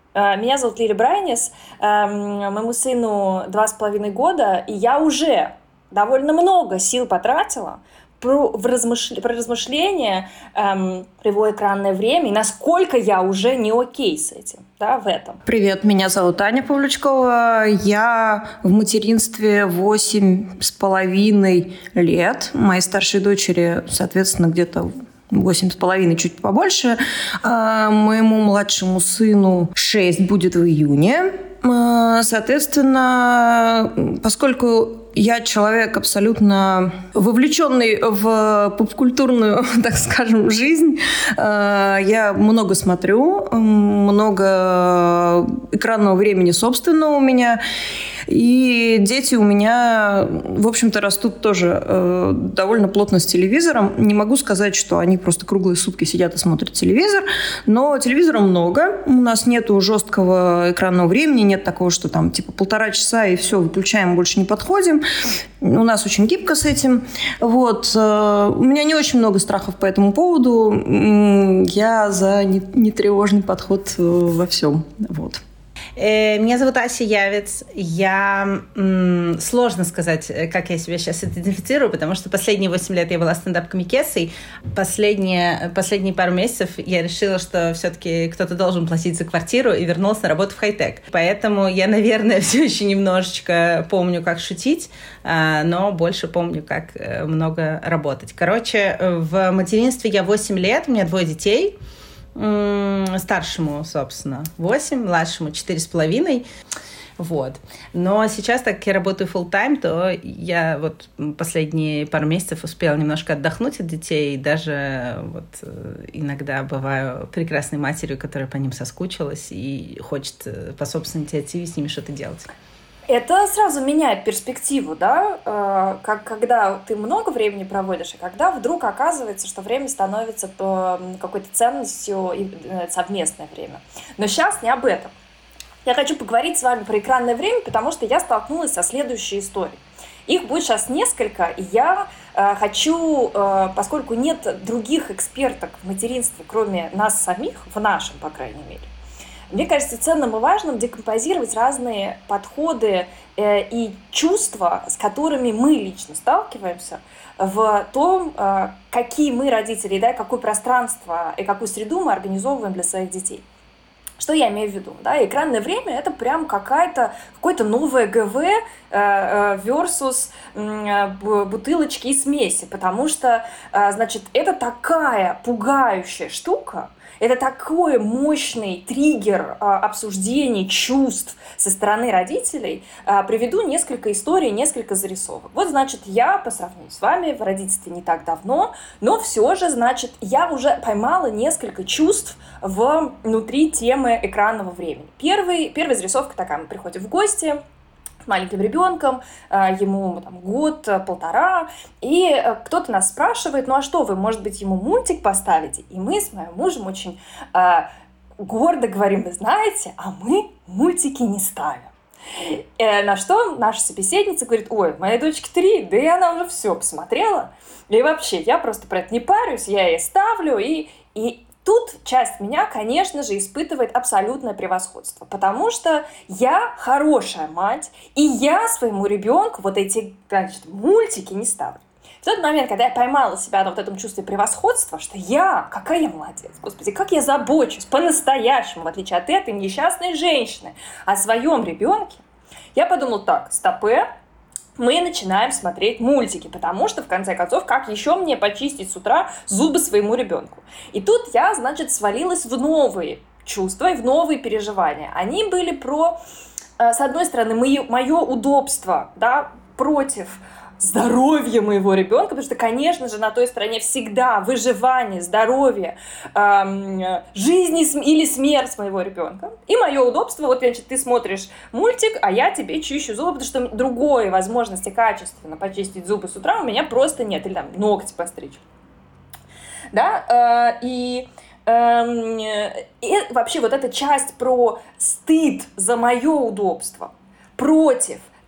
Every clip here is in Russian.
Меня зовут Лиля Брайнис, моему сыну 2,5 года, и я уже довольно много сил потратила про размышления про его экранное время, и насколько я уже не окей с этим, да, в этом. Привет, меня зовут Аня Павлючкова. Я в материнстве 8,5 лет. Моей старшей дочери, соответственно, где-то 8,5, чуть побольше. Моему младшему сыну 6 будет в июне. Соответственно, поскольку я человек абсолютно вовлеченный в попкультурную, так скажем, жизнь, я много смотрю, много экранного времени собственно у меня. И дети у меня, в общем-то, растут тоже довольно плотно с телевизором. Не могу сказать, что они просто круглые сутки сидят и смотрят телевизор, но телевизора много. У нас нету жесткого экранного времени, нет такого, что там типа 1,5 часа и все, выключаем, больше не подходим. У нас очень гибко с этим. Вот. У меня не очень много страхов по этому поводу. Я за нетревожный подход во всем. Вот. Меня зовут Ася Явец. Сложно сказать, как я себя сейчас идентифицирую, потому что последние 8 лет я была стендап-комикессой. Последние пару месяцев я решила, что все-таки кто-то должен платить за квартиру, и вернулась на работу в хай-тек. Поэтому я, наверное, все еще немножечко помню, как шутить, но больше помню, как много работать. Короче, в материнстве я 8 лет, у меня 2 детей. Старшему, собственно, 8, младшему 4,5. Вот. Но сейчас, так как я работаю full-time, то я вот последние пару месяцев успела немножко отдохнуть от детей. Даже вот иногда бываю прекрасной матерью, которая по ним соскучилась и хочет по собственной инициативе с ними что-то делать. Это сразу меняет перспективу, да, когда ты много времени проводишь, и когда вдруг оказывается, что время становится какой-то ценностью, совместное время. Но сейчас не об этом. Я хочу поговорить с вами про экранное время, потому что я столкнулась со следующей историей. Их будет сейчас несколько, и я хочу, поскольку нет других экспертов в материнстве, кроме нас самих, в нашем, по крайней мере, мне кажется ценным и важным декомпозировать разные подходы и чувства, с которыми мы лично сталкиваемся в том, какие мы родители, да, какое пространство и какую среду мы организовываем для своих детей. Что я имею в виду? Да? Экранное время – это прям какое-то новое ГВ versus бутылочки и смеси, потому что, значит, это такая пугающая штука, это такой мощный триггер обсуждений, чувств со стороны родителей. Приведу несколько историй, несколько зарисовок. Вот, значит, я по сравнению с вами в родительстве не так давно, но все же, значит, я уже поймала несколько чувств внутри темы экранного времени. Первая зарисовка такая. Мы приходим в гости с маленьким ребенком, ему там, 1-1,5 год, и кто-то нас спрашивает, ну а что вы, может быть, ему мультик поставите? И мы с моим мужем очень гордо говорим, вы знаете, а мы мультики не ставим. На что наша собеседница говорит, ой, моей дочке 3, да и она уже все посмотрела, и вообще, я просто про это не парюсь, я ей ставлю, и тут часть меня, конечно же, испытывает абсолютное превосходство, потому что я хорошая мать, и я своему ребенку вот эти, значит, мультики не ставлю. В тот момент, когда я поймала себя на вот этом чувстве превосходства, что какая я молодец, господи, как я забочусь по-настоящему, в отличие от этой несчастной женщины, о своем ребенке, я подумала так, стопэ, мы начинаем смотреть мультики, потому что, в конце концов, как еще мне почистить с утра зубы своему ребенку? И тут я, значит, свалилась в новые чувства и в новые переживания. Они были про, с одной стороны, мое удобство, да, против здоровья моего ребенка, потому что, конечно же, на той стороне всегда выживание, здоровье, жизнь или смерть моего ребенка. И мое удобство, вот, значит, ты смотришь мультик, а я тебе чищу зубы, потому что другой возможности качественно почистить зубы с утра у меня просто нет, или там ногти постричь. Да, и вообще вот эта часть про стыд за мое удобство против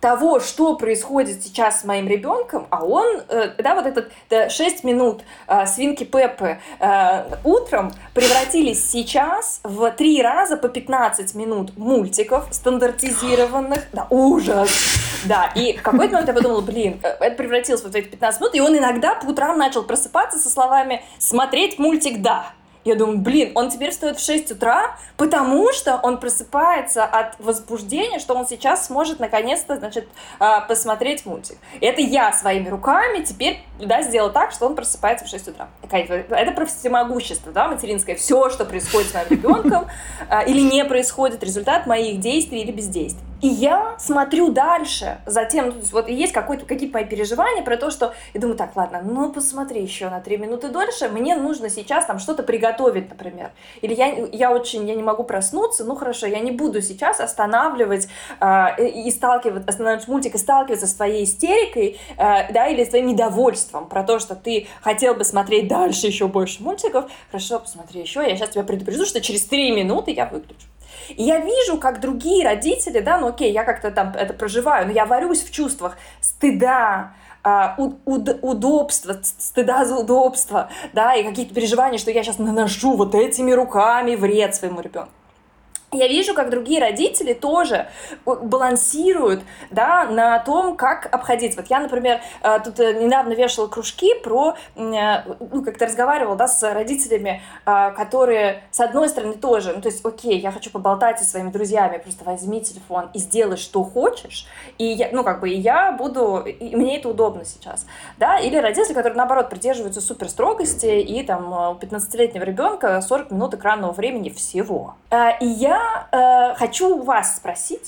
того, что происходит сейчас с моим ребенком, а он, да, вот этот 6 минут свинки Пеппы утром превратились сейчас в 3 раза по 15 минут мультиков стандартизированных. Да, ужас! Да, и в какой-то момент я подумала, это превратилось в эти 15 минут, и он иногда по утрам начал просыпаться со словами «смотреть мультик, да». Я думаю, он теперь встает в 6 утра, потому что он просыпается от возбуждения, что он сейчас сможет наконец-то, посмотреть мультик. И это я своими руками теперь, да, сделала так, что он просыпается в 6 утра. Это про всемогущество, да, материнское. Все, что происходит с моим ребенком или не происходит, результат моих действий или бездействий. И я смотрю дальше за тем, то есть вот есть какие-то мои переживания про то, что я думаю, так, ладно, посмотри еще на 3 минуты дольше, мне нужно сейчас там что-то приготовить, например. Или я не могу проснуться, хорошо, я не буду сейчас останавливать мультик и сталкиваться с твоей истерикой, да, или с твоим недовольством про то, что ты хотел бы смотреть дальше еще больше мультиков. Хорошо, посмотри еще, я сейчас тебя предупрежу, что через 3 минуты я выключу. И я вижу, как другие родители, да, я как-то там это проживаю, но я варюсь в чувствах стыда, удобства, стыда за удобство, да, и какие-то переживания, что я сейчас наношу вот этими руками вред своему ребенку. Я вижу, как другие родители тоже балансируют, да, на том, как обходиться. Вот я, например, тут недавно вешала кружки про, как-то разговаривала, да, с родителями, которые, с одной стороны, тоже, то есть, окей, я хочу поболтать со своими друзьями, просто возьми телефон и сделай, что хочешь, и я буду, и мне это удобно сейчас, да, или родители, которые, наоборот, придерживаются суперстрогости, и там у 15-летнего ребенка 40 минут экранного времени всего. И я хочу у вас спросить,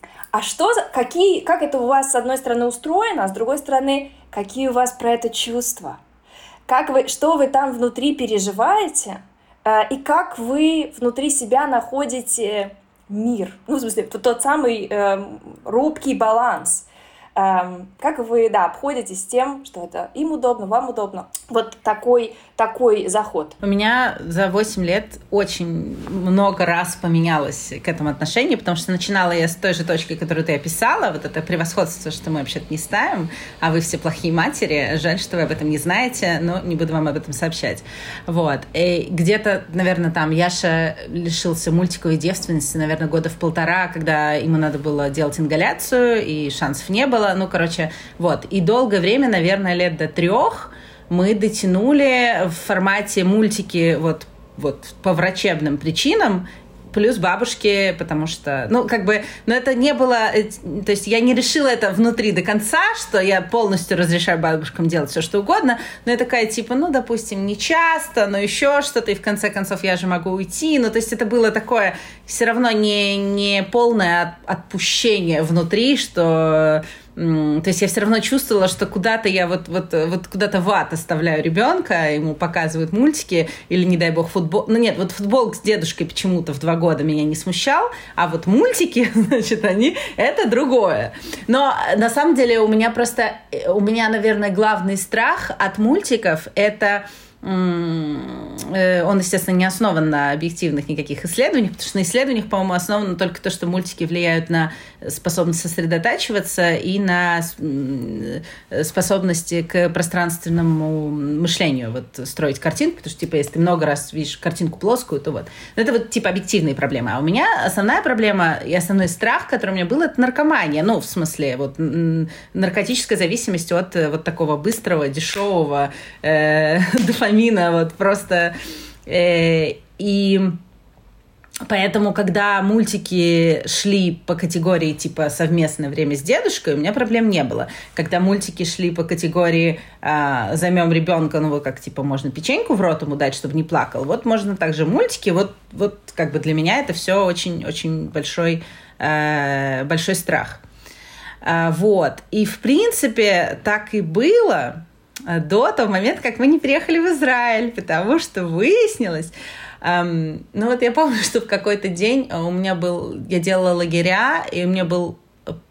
как это у вас с одной стороны устроено, а с другой стороны, какие у вас про это чувства? Что вы там внутри переживаете, и как вы внутри себя находите мир? В смысле, тот самый робкий баланс. Как вы, да, обходитесь с тем, что это им удобно, вам удобно. Вот такой заход. У меня за 8 лет очень много раз поменялось к этому отношение, потому что начинала я с той же точки, которую ты описала, вот это превосходство, что мы вообще-то не ставим, а вы все плохие матери. Жаль, что вы об этом не знаете, но не буду вам об этом сообщать. Вот. И где-то, наверное, там Яша лишился мультиковой девственности, наверное, 1.5 года, когда ему надо было делать ингаляцию, и шансов не было. Вот. И долгое время, наверное, лет до 3 мы дотянули в формате мультики вот по врачебным причинам, плюс бабушки, потому что, это не было, то есть я не решила это внутри до конца, что я полностью разрешаю бабушкам делать все, что угодно, но я такая, допустим, не часто, но еще что-то, и в конце концов я же могу уйти, то есть это было такое все равно не полное отпущение внутри, что... То есть я все равно чувствовала, что куда-то я куда-то в ад оставляю ребенка, ему показывают мультики, или, не дай бог, футбол. Футбол с дедушкой почему-то в 2 года меня не смущал, а вот мультики, это другое. Но на самом деле у меня, наверное, главный страх от мультиков – это... Он, естественно, не основан на объективных никаких исследованиях, потому что на исследованиях, по-моему, основано только то, что мультики влияют на способность сосредотачиваться и на способности к пространственному мышлению, строить картинку, потому что, если ты много раз видишь картинку плоскую, то это объективные проблемы. А у меня основная проблема и основной страх, который у меня был, это наркомания. В смысле, наркотическая зависимость от такого быстрого, дешевого дофамина, просто... И поэтому, когда мультики шли по категории совместное время с дедушкой, у меня проблем не было. Когда мультики шли по категории займем ребенка, можно печеньку в рот ему дать, чтобы не плакал, можно также мультики. Для меня это все очень-очень большой страх. И, в принципе, так и было до того момента, как мы не приехали в Израиль, потому что выяснилось... я помню, что в какой-то день я делала лагеря, и у меня был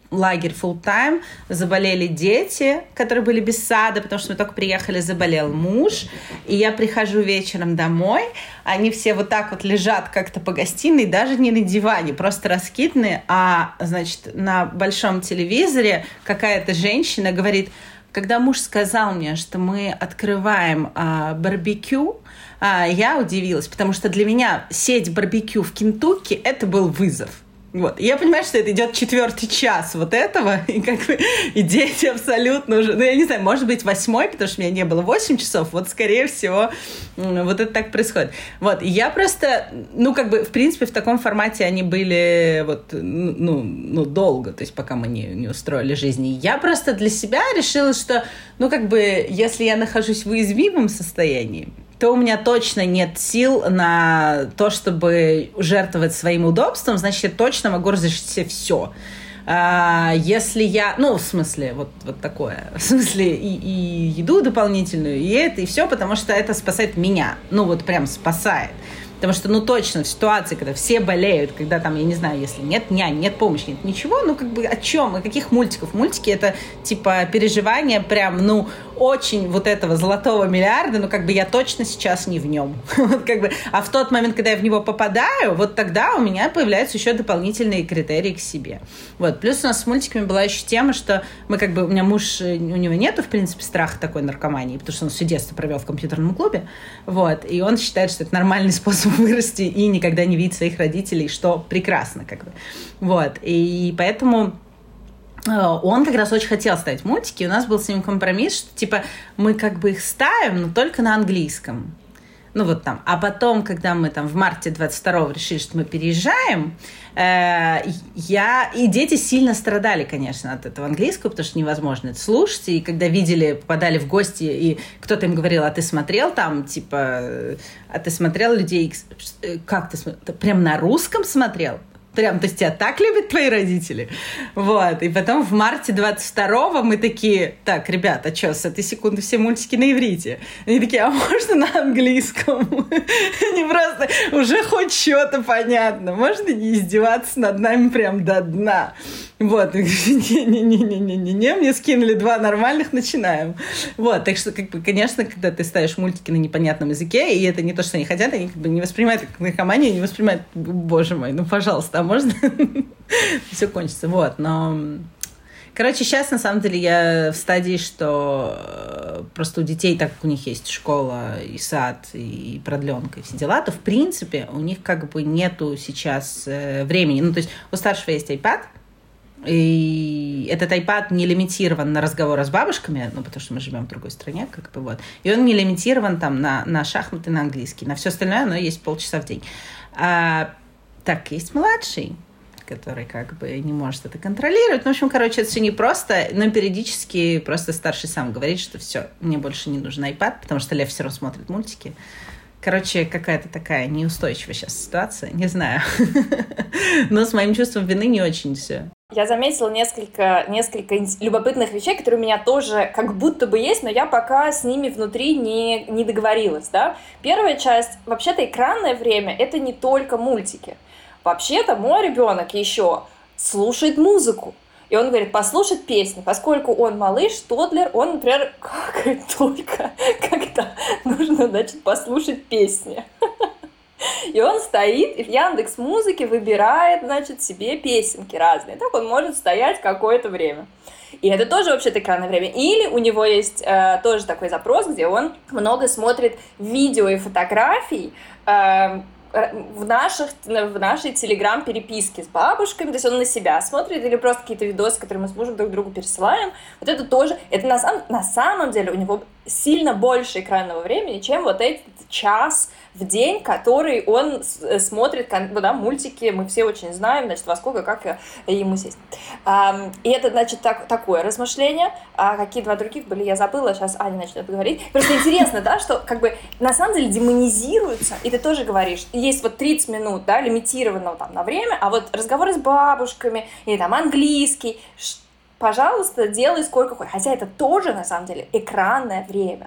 лагерь full-time, заболели дети, которые были без сада, потому что мы только приехали, заболел муж, и я прихожу вечером домой, они все вот так вот лежат как-то по гостиной, даже не на диване, просто раскиданы, а, значит, на большом телевизоре какая-то женщина говорит: когда муж сказал мне, что мы открываем барбекю, я удивилась, потому что для меня сеть барбекю в Кентукки – это был вызов. Вот. И я понимаю, что это идет 4-й час вот этого, и как бы и дети абсолютно уже, ну, я не знаю, может быть, 8-й, потому что у меня не было 8 часов, вот, скорее всего, вот это так происходит. Вот, и я просто, ну, как бы, в принципе, в таком формате они были вот, ну долго, то есть пока мы не устроили жизнь. И я просто для себя решила, что, ну, как бы, если я нахожусь в уязвимом состоянии, то у меня точно нет сил на то, чтобы жертвовать своим удобством, значит, я точно могу разрешить себе все. Если я... Ну, в смысле, вот такое. В смысле, и еду дополнительную, и это, и все, потому что это спасает меня. Ну, вот прям спасает. Потому что, ну, точно в ситуации, когда все болеют, когда там, я не знаю, если нет нянь, нет помощи, нет ничего, ну, как бы о чем, о каких мультиков? Мультики — это, типа, переживание прям, ну, очень вот этого золотого миллиарда, но как бы я точно сейчас не в нем. Вот как бы, а в тот момент, когда я в него попадаю, вот тогда у меня появляются еще дополнительные критерии к себе. Вот. Плюс у нас с мультиками была еще тема, что мы как бы, у меня муж, у него нету, в принципе, страха такой наркомании, потому что он все детство провел в компьютерном клубе, вот, и он считает, что это нормальный способ вырасти и никогда не видеть своих родителей, что прекрасно, как бы. Вот. И поэтому он как раз очень хотел ставить мультики, и у нас был с ним компромисс, что, типа, мы как бы их ставим, но только на английском. Ну, вот там. А потом, когда мы там в марте 22-го решили, что мы переезжаем, и дети сильно страдали, конечно, от этого английского, потому что невозможно это слушать. И когда видели, попадали в гости, и кто-то им говорил: а ты смотрел там, типа, а ты смотрел людей, как ты смотрел? Прям на русском смотрел? Прям, то есть тебя так любят твои родители? Вот. И потом в марте 22-го мы такие: так, ребята, что, с этой секунды все мультики на иврите? Они такие: а можно на английском? Они просто уже хоть что-то понятно. Можно не издеваться над нами прям до дна? Вот. Не-не-не-не-не-не, мне скинули 2 нормальных, начинаем. Вот. Так что, как бы, конечно, когда ты ставишь мультики на непонятном языке, и это не то, что они хотят, они как бы не воспринимают как наркоманию, не воспринимают: боже мой, ну, пожалуйста, а можно? Все кончится. Вот. Но... Короче, сейчас, на самом деле, я в стадии, что просто у детей, так как у них есть школа и сад, и продленка, и все дела, то, в принципе, у них как бы нету сейчас времени. Ну, то есть у старшего есть iPad, и этот iPad не лимитирован на разговоры с бабушками, ну, потому что мы живем в другой стране, как бы, вот. И он не лимитирован там на шахматы, на английский. На все остальное оно есть полчаса в день. Так, есть младший, который как бы не может это контролировать. Ну, в общем, короче, это все непросто, но периодически просто старший сам говорит, что все, мне больше не нужен iPad, потому что Лев все равно смотрит мультики. Короче, какая-то такая неустойчивая сейчас ситуация, не знаю. Но с моим чувством вины не очень все. Я заметила несколько любопытных вещей, которые у меня тоже как будто бы есть, но я пока с ними внутри не договорилась, да. Первая часть, вообще-то экранное время, это не только мультики. Вообще-то мой ребенок еще слушает музыку. И он говорит: послушать песни. Поскольку он малыш, тодлер, он, например, какает только, когда нужно, значит, послушать песни. И он стоит и в Яндекс.Музыке выбирает, значит, себе песенки разные. Так он может стоять какое-то время. И это тоже вообще-то экранное время. Или у него есть тоже такой запрос, где он много смотрит видео и фотографий в нашей телеграм-переписке с бабушками, то есть он на себя смотрит, или просто какие-то видосы, которые мы с мужем друг другу пересылаем. Вот это тоже, это на самом деле у него сильно больше экранного времени, чем вот этот час в день, который он смотрит, да, мультики, мы все очень знаем, значит, во сколько, как ему сесть. И это, значит, такое размышление. А какие 2 других были, я забыла, сейчас Аня начнет говорить. Просто интересно, да, что как бы на самом деле демонизируется, и ты тоже говоришь, есть вот 30 минут, да, лимитированного там на время, а вот разговоры с бабушками, или там английский, пожалуйста, делай сколько хочешь. Хотя это тоже, на самом деле, экранное время.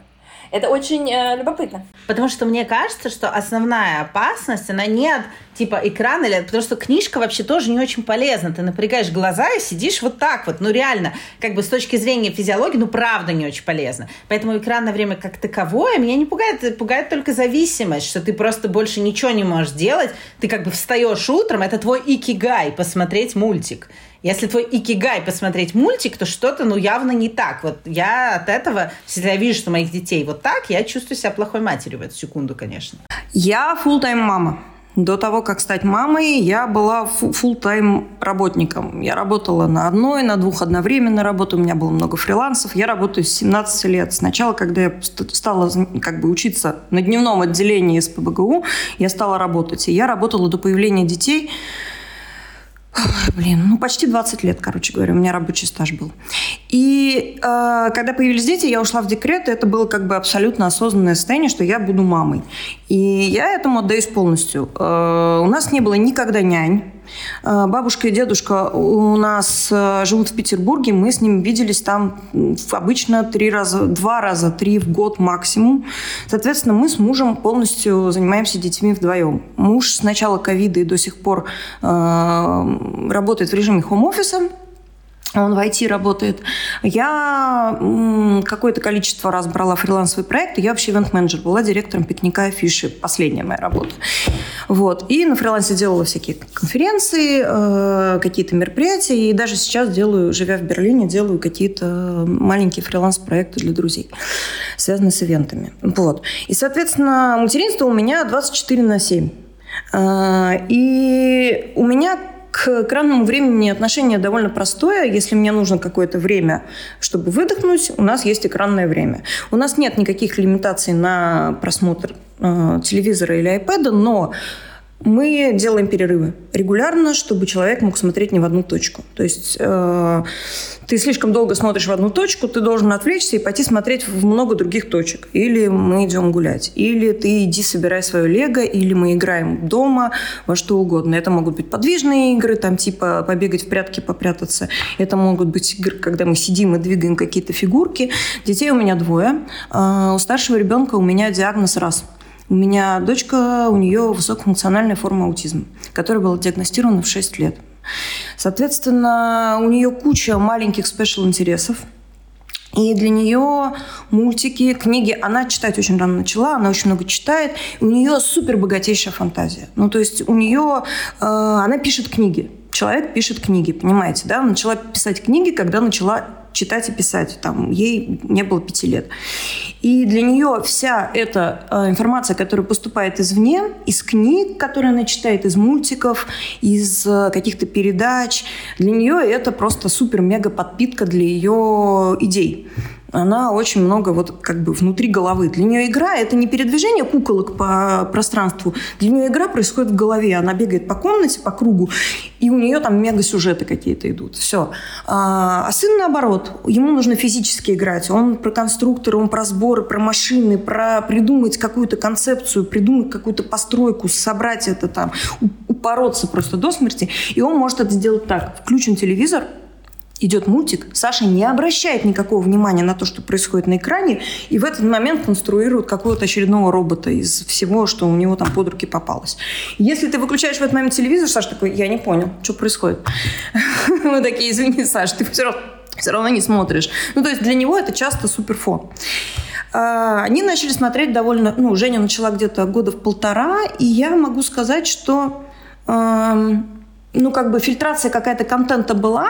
Это очень любопытно. Потому что мне кажется, что основная опасность, она не от типа экрана, потому что книжка вообще тоже не очень полезна. Ты напрягаешь глаза и сидишь вот так вот. Ну, реально, как бы с точки зрения физиологии, ну, правда не очень полезно. Поэтому экранное время как таковое меня не пугает. Пугает только зависимость, что ты просто больше ничего не можешь делать. Ты как бы встаешь утром, это твой икигай посмотреть мультик. Если твой икигай посмотреть мультик, то что-то, ну, явно не так. Вот я от этого, если я вижу, что моих детей вот так, я чувствую себя плохой матерью в эту секунду, конечно. Я фулл-тайм мама. До того, как стать мамой, я была фулл-тайм работником. Я работала на одной, на двух одновременно работаю. У меня было много фрилансов. Я работаю с 17 лет. Сначала, когда я стала как бы учиться на дневном отделении СПбГУ, я стала работать. И я работала до появления детей. Почти 20 лет, короче говоря, у меня рабочий стаж был. И когда появились дети, я ушла в декрет, и это было как бы абсолютно осознанное состояние, что я буду мамой. И я этому отдаюсь полностью. У нас не было никогда нянь. Бабушка и дедушка у нас живут в Петербурге, мы с ними виделись там обычно 2 раза, 3 в год максимум. Соответственно, мы с мужем полностью занимаемся детьми вдвоем. Муж с начала ковида и до сих пор работает в режиме хоум-офиса. Он в IT работает. Я какое-то количество раз брала фрилансовые проекты. Я вообще ивент-менеджер, была директором пикника Афиши. Последняя моя работа. Вот. И на фрилансе делала всякие конференции, какие-то мероприятия. И даже сейчас живя в Берлине, делаю какие-то маленькие фриланс-проекты для друзей, связанные с ивентами. Вот. И, соответственно, материнство у меня 24/7. И у меня к экранному времени отношение довольно простое. Если мне нужно какое-то время, чтобы выдохнуть, у нас есть экранное время. У нас нет никаких лимитаций на просмотр телевизора или iPad, но мы делаем перерывы регулярно, чтобы человек мог смотреть не в одну точку. То есть ты слишком долго смотришь в одну точку, ты должен отвлечься и пойти смотреть в много других точек. Или мы идем гулять, или ты иди собирай свое лего, или мы играем дома, во что угодно. Это могут быть подвижные игры, там типа побегать в прятки, попрятаться. Это могут быть игры, когда мы сидим и двигаем какие-то фигурки. Детей у меня 2. У старшего ребенка у меня диагноз РАС. У меня дочка, у нее высокофункциональная форма аутизма, которая была диагностирована в 6 лет. Соответственно, у нее куча маленьких спешл-интересов. И для нее мультики, книги, она читать очень рано начала, она очень много читает. У нее супер богатейшая фантазия. Ну, то есть у нее, она пишет книги. Человек пишет книги, понимаете, да? Начала писать книги, когда начала читать и писать. Там, ей не было 5 лет. И для нее вся эта информация, которая поступает извне, из книг, которые она читает, из мультиков, из каких-то передач, для нее это просто супер-мега подпитка для ее идей. Она очень много вот как бы внутри головы. Для нее игра – это не передвижение куколок по пространству. Для нее игра происходит в голове. Она бегает по комнате, по кругу, и у нее там мега-сюжеты какие-то идут. Все. А сын, наоборот, ему нужно физически играть. Он про конструкторы, он про сборы, про машины, про придумать какую-то концепцию, придумать какую-то постройку, собрать это там, упороться просто до смерти. И он может это сделать так. Включен телевизор, идет мультик, Саша не обращает никакого внимания на то, что происходит на экране, и в этот момент конструирует какого-то очередного робота из всего, что у него там под руки попалось. Если ты выключаешь в этот момент телевизор, Саша такой: я не понял, что происходит. Мы такие: извини, Саша, ты все равно не смотришь. Ну, то есть для него это часто суперфон. Они начали смотреть довольно... Ну, Женя начала где-то 1.5 года, и я могу сказать, что как бы фильтрация какая-то контента была,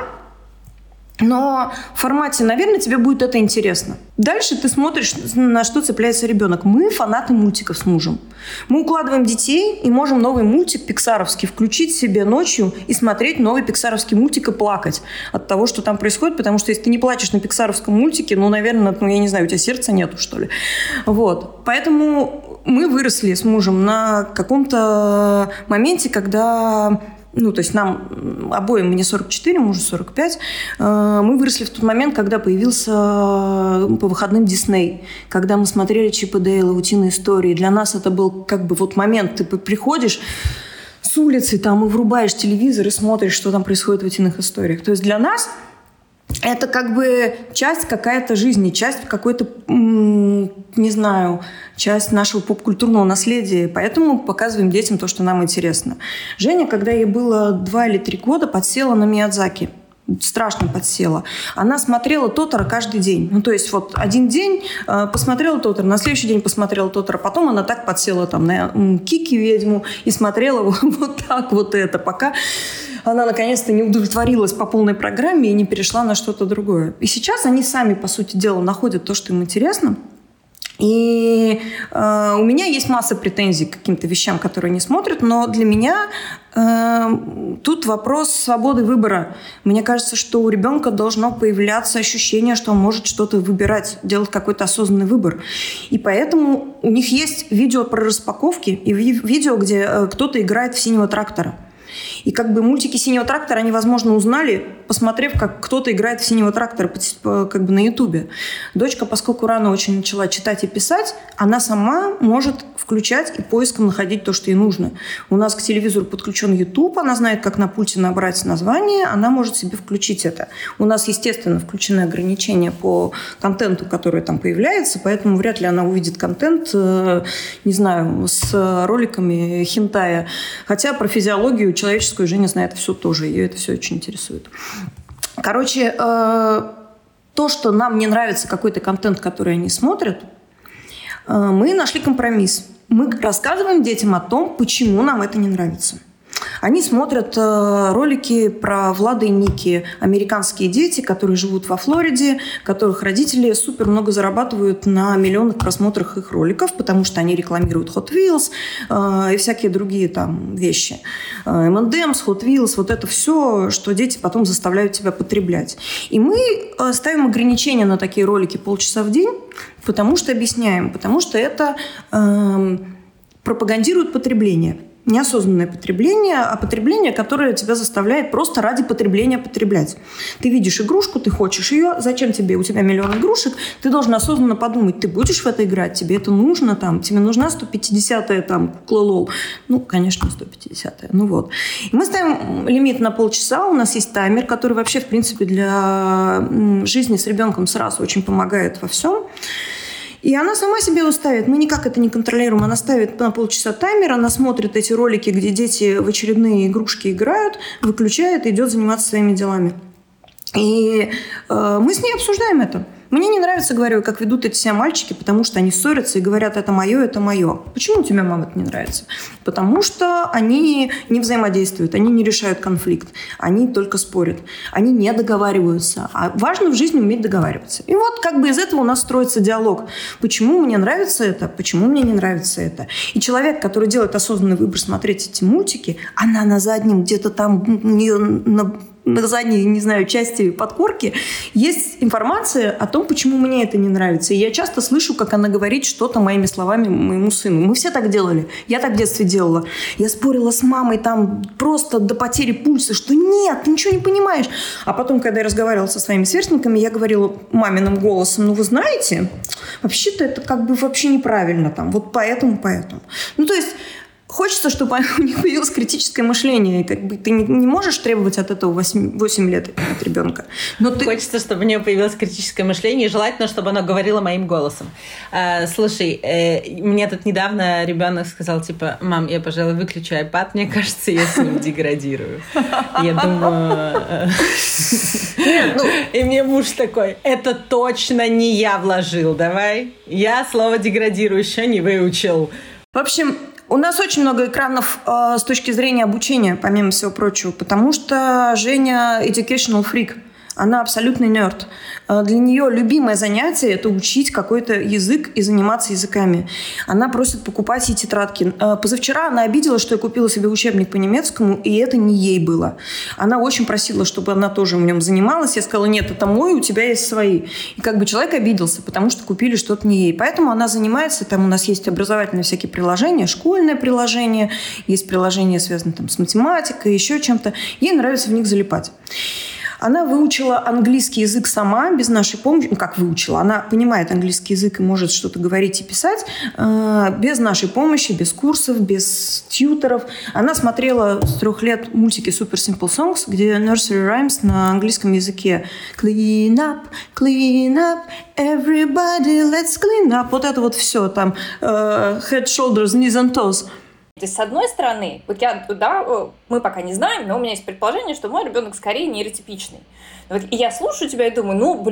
но в формате, наверное, тебе будет это интересно. Дальше ты смотришь, на что цепляется ребенок. Мы фанаты мультиков с мужем. Мы укладываем детей и можем новый мультик пиксаровский включить себе ночью и смотреть новый пиксаровский мультик и плакать от того, что там происходит. Потому что если ты не плачешь на пиксаровском мультике, наверное, я не знаю, у тебя сердца нету, что ли. Вот. Поэтому мы выросли с мужем на каком-то моменте, когда... то есть нам обоим, мне 44, мужу 45, мы выросли в тот момент, когда появился по выходным Дисней, когда мы смотрели Чип и Дейла, Утиные истории. Для нас это был как бы вот момент, ты приходишь с улицы там и врубаешь телевизор и смотришь, что там происходит в Утиных историях. То есть для нас это как бы часть какая-то жизни, часть какой-то не знаю, часть нашего поп-культурного наследия, поэтому показываем детям то, что нам интересно. Женя, когда ей было 2 или 3 года, подсела на Миядзаки. Страшно подсела. Она смотрела Тотора каждый день. Ну, то есть вот один день посмотрела Тотора, на следующий день посмотрела Тотора, потом она так подсела там на Кики ведьму и смотрела вот так вот это, пока она наконец-то не удовлетворилась по полной программе и не перешла на что-то другое. И сейчас они сами, по сути дела, находят то, что им интересно. И у меня есть масса претензий к каким-то вещам, которые они смотрят, но для меня тут вопрос свободы выбора. Мне кажется, что у ребенка должно появляться ощущение, что он может что-то выбирать, делать какой-то осознанный выбор. И поэтому у них есть видео про распаковки и видео, где кто-то играет в «Синего трактора». И как бы мультики «Синего трактора» они, возможно, узнали, посмотрев, как кто-то играет в «Синего трактора» как бы на Ютубе. Дочка, поскольку рано очень начала читать и писать, она сама может включать и поиском находить то, что ей нужно. У нас к телевизору подключен YouTube, она знает, как на пульте набрать название, она может себе включить это. У нас, естественно, включены ограничения по контенту, который там появляется, поэтому вряд ли она увидит контент, не знаю, с роликами хентая. Хотя про физиологию человеческую Женя знает все тоже, ее это все очень интересует. Короче, то, что нам не нравится какой-то контент, который они смотрят, мы нашли компромисс. Мы рассказываем детям о том, почему нам это не нравится. Они смотрят ролики про Влада и Ники, американские дети, которые живут во Флориде, которых родители супер много зарабатывают на миллионных просмотрах их роликов, потому что они рекламируют Hot Wheels и всякие другие там вещи. M&M's, Hot Wheels, вот это все, что дети потом заставляют тебя потреблять. И мы ставим ограничения на такие ролики полчаса в день, потому что объясняем, потому что это пропагандирует потребление. Неосознанное потребление, а потребление, которое тебя заставляет просто ради потребления потреблять. Ты видишь игрушку, ты хочешь ее, зачем тебе? У тебя миллион игрушек, ты должен осознанно подумать, ты будешь в это играть, тебе это нужно, там, тебе нужна 150-я там, кукла лол. Ну, конечно, 150-я, ну вот. И мы ставим лимит на полчаса, у нас есть таймер, который вообще, в принципе, для жизни с ребенком сразу очень помогает во всем. И она сама себе уставит. Мы никак это не контролируем. Она ставит на полчаса таймер, она смотрит эти ролики, где дети в очередные игрушки играют, выключает и идет заниматься своими делами. И мы с ней обсуждаем это. Мне не нравится, говорю, как ведут эти себя мальчики, потому что они ссорятся и говорят, это мое, это мое. Почему тебе, мама, это не нравится? Потому что они не взаимодействуют, они не решают конфликт, они только спорят, они не договариваются. А важно в жизни уметь договариваться. И вот как бы из этого у нас строится диалог. Почему мне нравится это, почему мне не нравится это. И человек, который делает осознанный выбор смотреть эти мультики, она на заднем где-то там у нее на задней, не знаю, части подкорки есть информация о том, почему мне это не нравится. И я часто слышу, как она говорит что-то моими словами моему сыну. Мы все так делали. Я так в детстве делала. Я спорила с мамой там просто до потери пульса, что нет, ты ничего не понимаешь. А потом, когда я разговаривала со своими сверстниками, я говорила маминым голосом, ну вы знаете, вообще-то это как бы вообще неправильно там. Вот поэтому. Ну то есть хочется, чтобы у них появилось критическое мышление. И как бы ты не можешь требовать от этого 8 лет от ребенка. Но Хочется, чтобы у нее появилось критическое мышление, и желательно, чтобы она говорила моим голосом. Слушай, мне тут недавно ребенок сказал, типа, мам, я, пожалуй, выключу iPad, мне кажется, я с ним деградирую. Я думаю... И мне муж такой, это точно не я вложил, давай. Я слово «деградирую» еще не выучил. В общем... У нас очень много экранов с точки зрения обучения, помимо всего прочего, потому что Женя educational freak. Она абсолютный нерд. Для нее любимое занятие – это учить какой-то язык и заниматься языками. Она просит покупать ей тетрадки. Позавчера она обиделась, что я купила себе учебник по немецкому, и это не ей было. Она очень просила, чтобы она тоже в нем занималась. Я сказала, нет, это мой, у тебя есть свои. И как бы человек обиделся, потому что купили что-то не ей. Поэтому она занимается, там у нас есть образовательные всякие приложения, школьное приложение, есть приложения, связанные там с математикой, еще чем-то. Ей нравится в них залипать. Она выучила английский язык сама, без нашей помощи. Ну, как выучила? Она понимает английский язык и может что-то говорить и писать. Без нашей помощи, без курсов, без тьюторов. Она смотрела с 3 лет мультики Super Simple Songs, где nursery rhymes на английском языке. Clean up, everybody, let's clean up. Вот это вот все там. Head, shoulders, knees and toes. То есть, с одной стороны, вот мы пока не знаем, но у меня есть предположение, что мой ребенок скорее нейротипичный. Вот, и я слушаю тебя и думаю,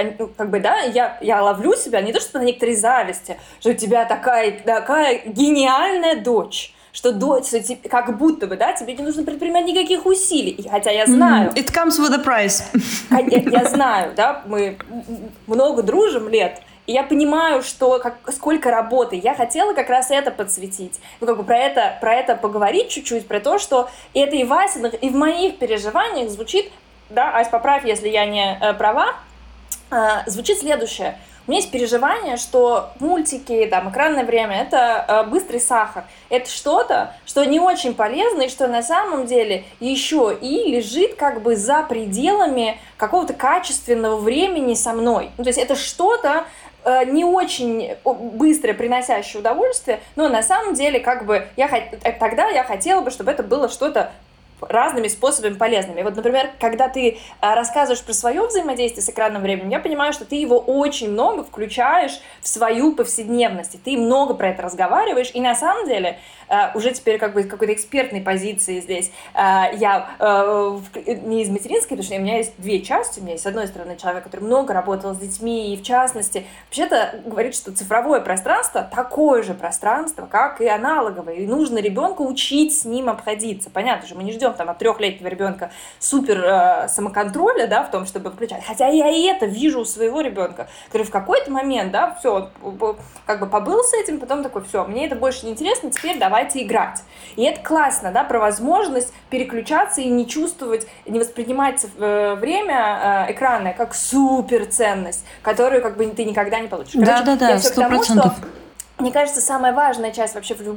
я ловлю себя не то что на некоторой зависти, что у тебя такая гениальная дочь, что как будто бы, тебе не нужно предпринимать никаких усилий. Хотя я знаю... It comes with a price. Я знаю, мы много дружим лет, и я понимаю, что сколько работы. Я хотела как раз это подсветить. Про это поговорить чуть-чуть, про то, что это и Васиных, и в моих переживаниях звучит, Ась, поправь, если я не права, звучит следующее. У меня есть переживание, что мультики, экранное время – это быстрый сахар. Это что-то, что не очень полезно, и что на самом деле еще и лежит за пределами какого-то качественного времени со мной. То есть это что-то не очень быстро приносящее удовольствие, но на самом деле тогда я хотела бы, чтобы это было что-то разными способами полезными. Вот, например, когда ты рассказываешь про свое взаимодействие с экранным временем, я понимаю, что ты его очень много включаешь в свою повседневность, и ты много про это разговариваешь, и на самом деле уже теперь из какой-то экспертной позиции здесь я не из материнской, потому что у меня есть 2 части. У меня есть, с одной стороны, человек, который много работал с детьми, и в частности, вообще-то говорит, что цифровое пространство такое же пространство, как и аналоговое, и нужно ребенка учить с ним обходиться. Понятно же, мы не ждем от 3-летнего ребенка супер самоконтроля, в том, чтобы включать. Хотя я и это вижу у своего ребенка, который в какой-то момент, все, побыл с этим, потом такой, все, мне это больше не интересно, теперь давайте играть. И это классно, про возможность переключаться и не чувствовать, не воспринимать время экранное как суперценность, которую ты никогда не получишь. Да, 100%. Мне кажется, самая важная часть вообще в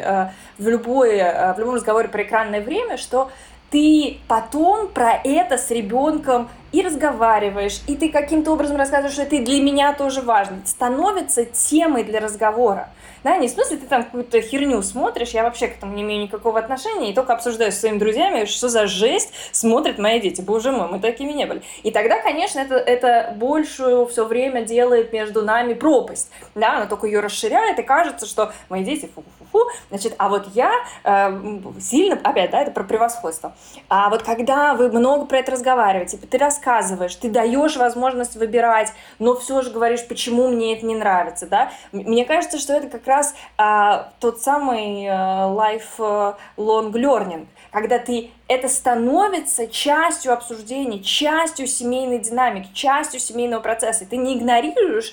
любом разговоре про экранное время, что ты потом про это с ребенком и разговариваешь, и ты каким-то образом рассказываешь, что это и для меня тоже важно. Это становится темой для разговора. Не в смысле ты там какую-то херню смотришь, я вообще к этому не имею никакого отношения, и только обсуждаю со своими друзьями, что за жесть смотрят мои дети. Боже мой, мы такими не были. И тогда, конечно, это большую все время делает между нами пропасть. Она только ее расширяет, и кажется, что мои дети фу-фу-фу, а вот я сильно, опять, это про превосходство. А вот когда вы много про это разговариваете, ты рассказываешь, ты даешь возможность выбирать, но все же говоришь, почему мне это не нравится, Мне кажется, что это как раз тот самый lifelong learning, когда это становится частью обсуждений, частью семейной динамики, частью семейного процесса. И ты не игнорируешь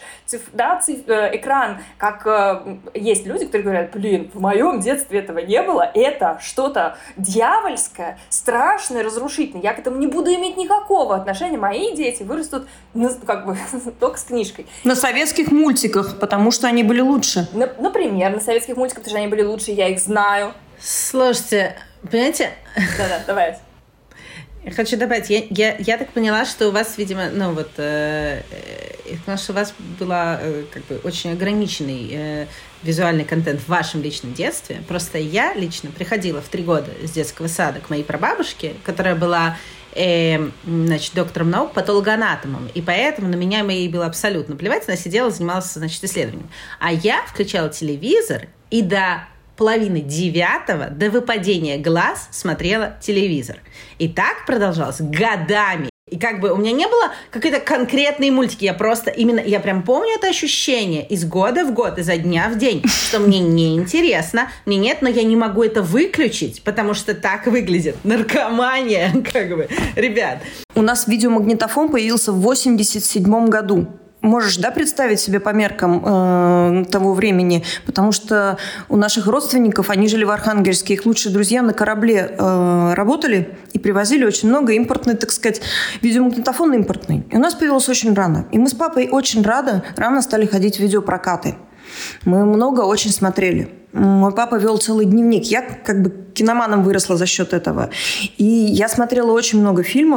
экран, как есть люди, которые говорят, в моем детстве этого не было, это что-то дьявольское, страшное, разрушительное. Я к этому не буду иметь никакого отношения. Мои дети вырастут только с книжкой. На советских мультиках, потому что они были лучше. Например, на советских мультиках, потому что они были лучше, я их знаю. Слушайте, понимаете? Да, давай. Я хочу добавить, я так поняла, что у вас, видимо, потому что у вас была очень ограниченный визуальный контент в вашем личном детстве. Просто я лично приходила в 3 года с детского сада к моей прабабушке, которая была доктором наук, патологоанатомом, и поэтому на меня ей было абсолютно плевать, она сидела, занималась, исследованием. А я включала телевизор и до 8:30 до выпадения глаз смотрела телевизор. И так продолжалось годами. И у меня не было какой-то конкретной мультики. Я прям помню это ощущение из года в год, изо дня в день, что мне неинтересно, мне нет, но я не могу это выключить, потому что так выглядит наркомания, ребят. У нас видеомагнитофон появился в 1987 году. Можешь, представить себе по меркам того времени? Потому что у наших родственников, они жили в Архангельске, их лучшие друзья на корабле работали и привозили очень много импортный, видеомагнитофон импортный. И у нас появился очень рано. И мы с папой очень рано стали ходить в видеопрокаты. Мы много очень смотрели. Мой папа вел целый дневник. Я киноманом выросла за счет этого. И я смотрела очень много фильмов.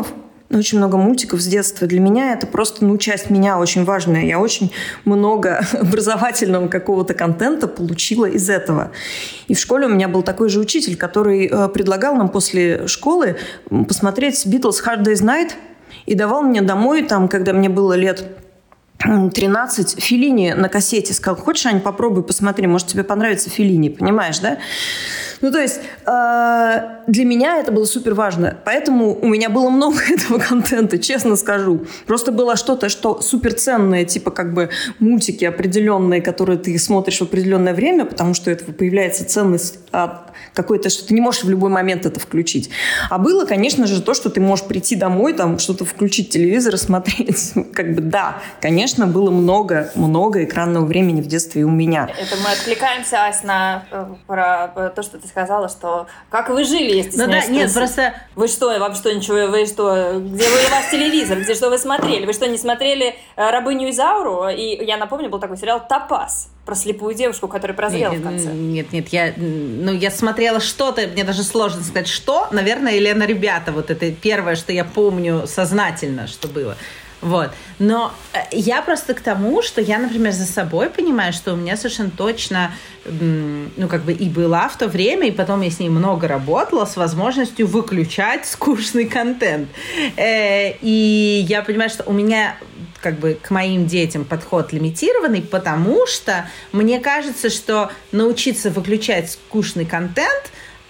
очень много мультиков с детства. Для меня это просто, часть меня очень важная. Я очень много образовательного какого-то контента получила из этого. И в школе у меня был такой же учитель, который предлагал нам после школы посмотреть Beatles Hard Day's Night и давал мне домой, когда мне было лет 13, Феллини на кассете. Сказал: хочешь, Ань, попробуй, посмотри, может, тебе понравится Феллини, понимаешь, да? То есть для меня это было супер важно. Поэтому у меня было много этого контента, честно скажу. Просто было что-то, что суперценное, типа мультики определенные, которые ты смотришь в определенное время, потому что это появляется ценность какой-то, что ты не можешь в любой момент это включить. А было, конечно же, то, что ты можешь прийти домой, что-то включить телевизор и смотреть. Да, конечно, было много экранного времени в детстве и у меня. Это мы откликаемся, Ась, про то, что ты сказала, что как вы жили, если нет, просто... Вы что, вам что, ничего, вы что, где у вас телевизор, где что вы смотрели? Вы что, не смотрели «Рабыню Изауру»? И я напомню, был такой сериал «Топаз» про слепую девушку, которая прозрела в конце. Нет, я смотрела что-то, мне даже сложно сказать, что. Наверное, «Елена, ребята», вот это первое, что я помню сознательно, что было. Вот. Но я просто к тому, что я, например, за собой понимаю, что у меня совершенно точно и была в то время, и потом я с ней много работала, с возможностью выключать скучный контент. И я понимаю, что у меня к моим детям подход лимитированный, потому что мне кажется, что научиться выключать скучный контент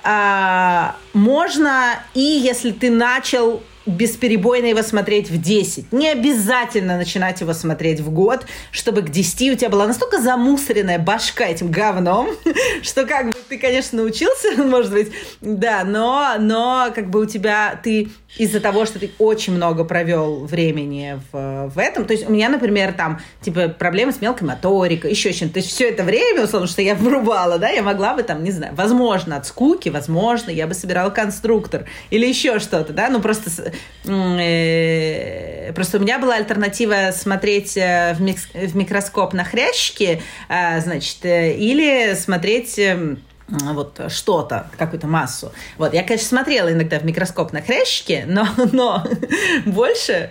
можно, и если ты начал бесперебойно его смотреть в 10. Не обязательно начинать его смотреть в год, чтобы к 10 у тебя была настолько замусоренная башка этим говном, что ты, конечно, научился, может быть, да, но у тебя ты из-за того, что ты очень много провел времени в этом, то есть у меня, например, проблемы с мелкой моторикой, еще чем-то, то есть все это время, условно, что я врубала, да, я могла бы не знаю, возможно, от скуки, возможно, я бы собирала конструктор или еще что-то, да, просто у меня была альтернатива смотреть в микроскоп на хрящики, или смотреть что-то, какую-то массу. Я, конечно, смотрела иногда в микроскоп на хрящики, но больше,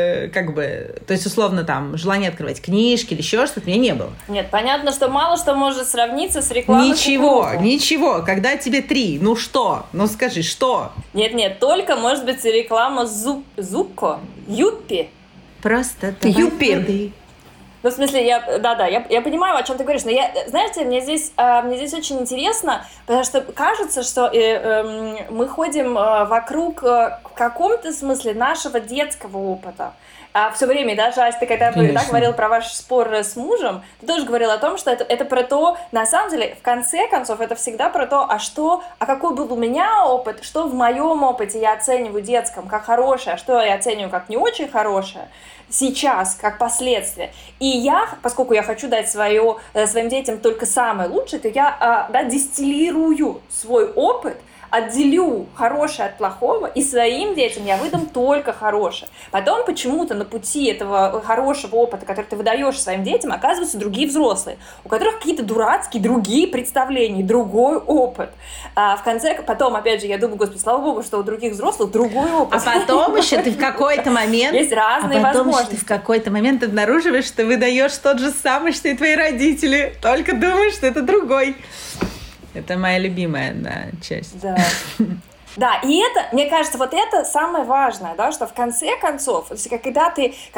то есть, условно, желание открывать книжки или еще что-то, у меня не было. Нет, понятно, что мало что может сравниться с рекламой. Ничего. Когда тебе 3, что? Скажи, что? Нет, только, может быть, реклама Зубко, Юппи. Просто Юппи. В смысле, я понимаю, о чем ты говоришь, но знаете, мне здесь очень интересно, потому что кажется, что мы ходим вокруг в каком-то смысле нашего детского опыта. Все время, даже, Ась, ты когда говорил про ваш спор с мужем, ты тоже говорил о том, что это про то, на самом деле, в конце концов, это всегда про то, а какой был у меня опыт, что в моем опыте я оцениваю детском как хорошее, а что я оцениваю как не очень хорошее, сейчас, как последствия. И я, поскольку я хочу дать своим детям только самое лучшее, то я дистиллирую свой опыт, отделю хорошее от плохого, и своим детям я выдам только хорошее. Потом почему-то на пути этого хорошего опыта, который ты выдаешь своим детям, оказываются другие взрослые, у которых какие-то дурацкие другие представления, другой опыт. В конце, потом, опять же, я думаю, господи, слава богу, что у других взрослых другой опыт. А потом еще ты в какой-то момент... Есть разные возможности. Ты в какой-то момент обнаруживаешь, что выдаешь тот же самый, что и твои родители, только думаешь, что это другой. Это моя любимая, часть. Да. Да, и это, мне кажется, это самое важное, да, что в конце концов, когда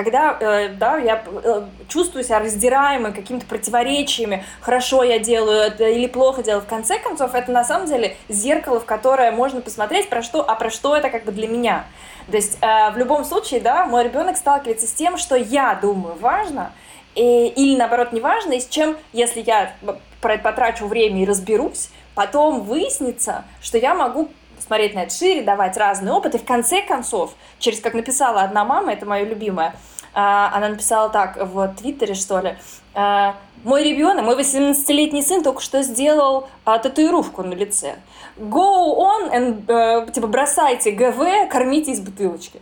я чувствую себя раздираемой какими-то противоречиями, хорошо я делаю это или плохо делаю, в конце концов, это на самом деле зеркало, в которое можно посмотреть, про что это для меня. То есть в любом случае, да, мой ребенок сталкивается с тем, что я думаю важно, или наоборот не важно, и с чем, если я потрачу время и разберусь, потом выяснится, что я могу смотреть на это шире, давать разный опыт, и в конце концов, как написала одна мама, это моя любимая, она написала так в Твиттере, что ли, мой 18-летний сын только что сделал татуировку на лице. Go on and, бросайте ГВ, кормите из бутылочки.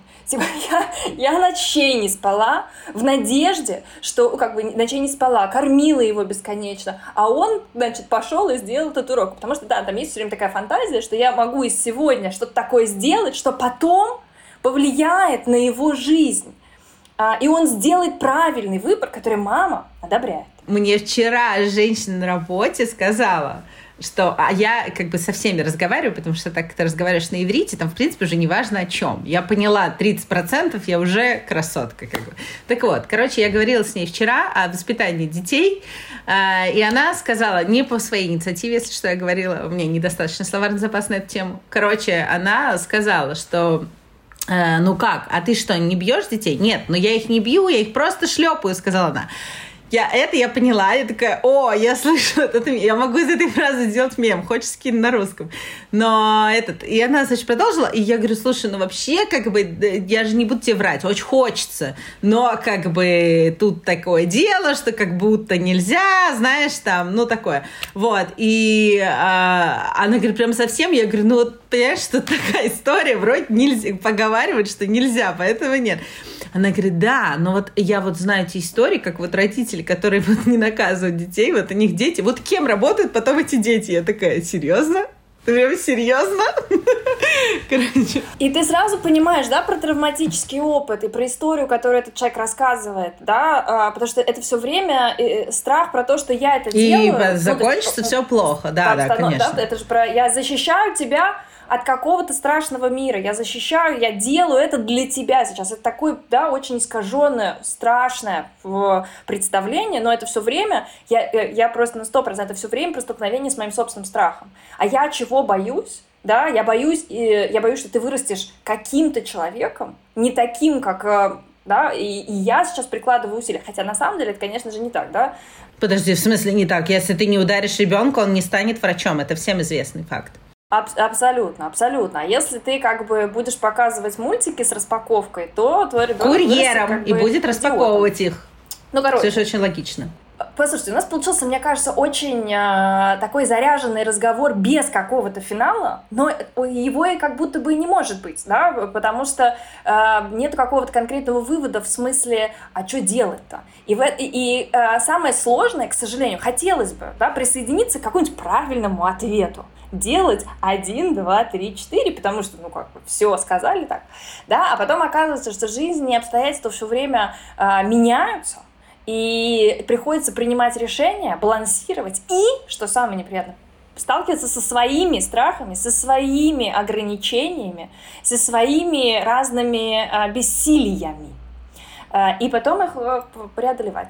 Я ночей не спала в надежде, что, ночей не спала, кормила его бесконечно, а он, пошел и сделал татуировку, потому что, да, там есть все время такая фантазия, что я могу из сегодня что-то такое сделать, что потом повлияет на его жизнь. И он сделает правильный выбор, который мама одобряет. Мне вчера женщина на работе сказала, что я как бы со всеми разговариваю, потому что так как ты разговариваешь на иврите, там, в принципе, уже не важно о чем. Я поняла 30%, я уже красотка. Как бы. Так вот, короче, я говорила с ней вчера о воспитании детей, и она сказала, не по своей инициативе, если что, я говорила, у меня недостаточно словарный запас на эту тему. Короче, она сказала, что ну как, а ты что, не бьешь детей? Нет, но я их не бью, я их просто шлепаю, сказала она. Я поняла, я такая, я слышу этот, я могу из этой фразы сделать мем, хочешь скину на русском. Но и она, значит, продолжила, и я говорю, слушай, ну вообще, как бы, я же не буду тебе врать, очень хочется, но как бы тут такое дело, что как будто нельзя, знаешь, там, ну такое. Вот, и она говорит, прям совсем, я говорю, ну вот, понимаешь, что такая история, вроде нельзя поговаривать, что нельзя, поэтому нет. Она говорит, да, но вот я вот знаю эти истории, как вот родители, которые вот не наказывают детей, вот у них дети, вот кем работают потом эти дети? Я такая, серьезно? Ты прям серьезно? Короче. И ты сразу понимаешь, да, про травматический опыт и про историю, которую этот человек рассказывает, да, потому что это все время страх про то, что я это делаю. И закончится все плохо, да, конечно. Да, это же про я защищаю тебя от какого-то страшного мира. Я защищаю, я делаю это для тебя сейчас. Это такое, да, очень искаженное, страшное представление, но это все время, я просто на 100% все время про столкновение с моим собственным страхом. А я чего боюсь? Да, я боюсь, что ты вырастешь каким-то человеком, не таким, как... Да, и я сейчас прикладываю усилия. Хотя на самом деле это, конечно же, не так, да? Подожди, в смысле не так? Если ты не ударишь ребенка, он не станет врачом. Это всем известный факт. Абсолютно, абсолютно. А если ты как бы будешь показывать мультики с распаковкой, то твой ребенок курьером как бы и будет распаковывать их. Ну, короче. Все же очень логично. Послушайте, у нас получился, мне кажется, очень такой заряженный разговор без какого-то финала, но его и как будто бы и не может быть, да, потому что нет какого-то конкретного вывода в смысле, а что делать-то? И самое сложное, к сожалению, хотелось бы, да, присоединиться к какому-нибудь правильному ответу. Делать 1, 2, 3, 4, потому что, ну, как бы, все сказали так, да, а потом оказывается, что жизнь и обстоятельства все время меняются, и приходится принимать решения, балансировать и, что самое неприятное, сталкиваться со своими страхами, со своими ограничениями, со своими разными бессилиями, и потом их преодолевать.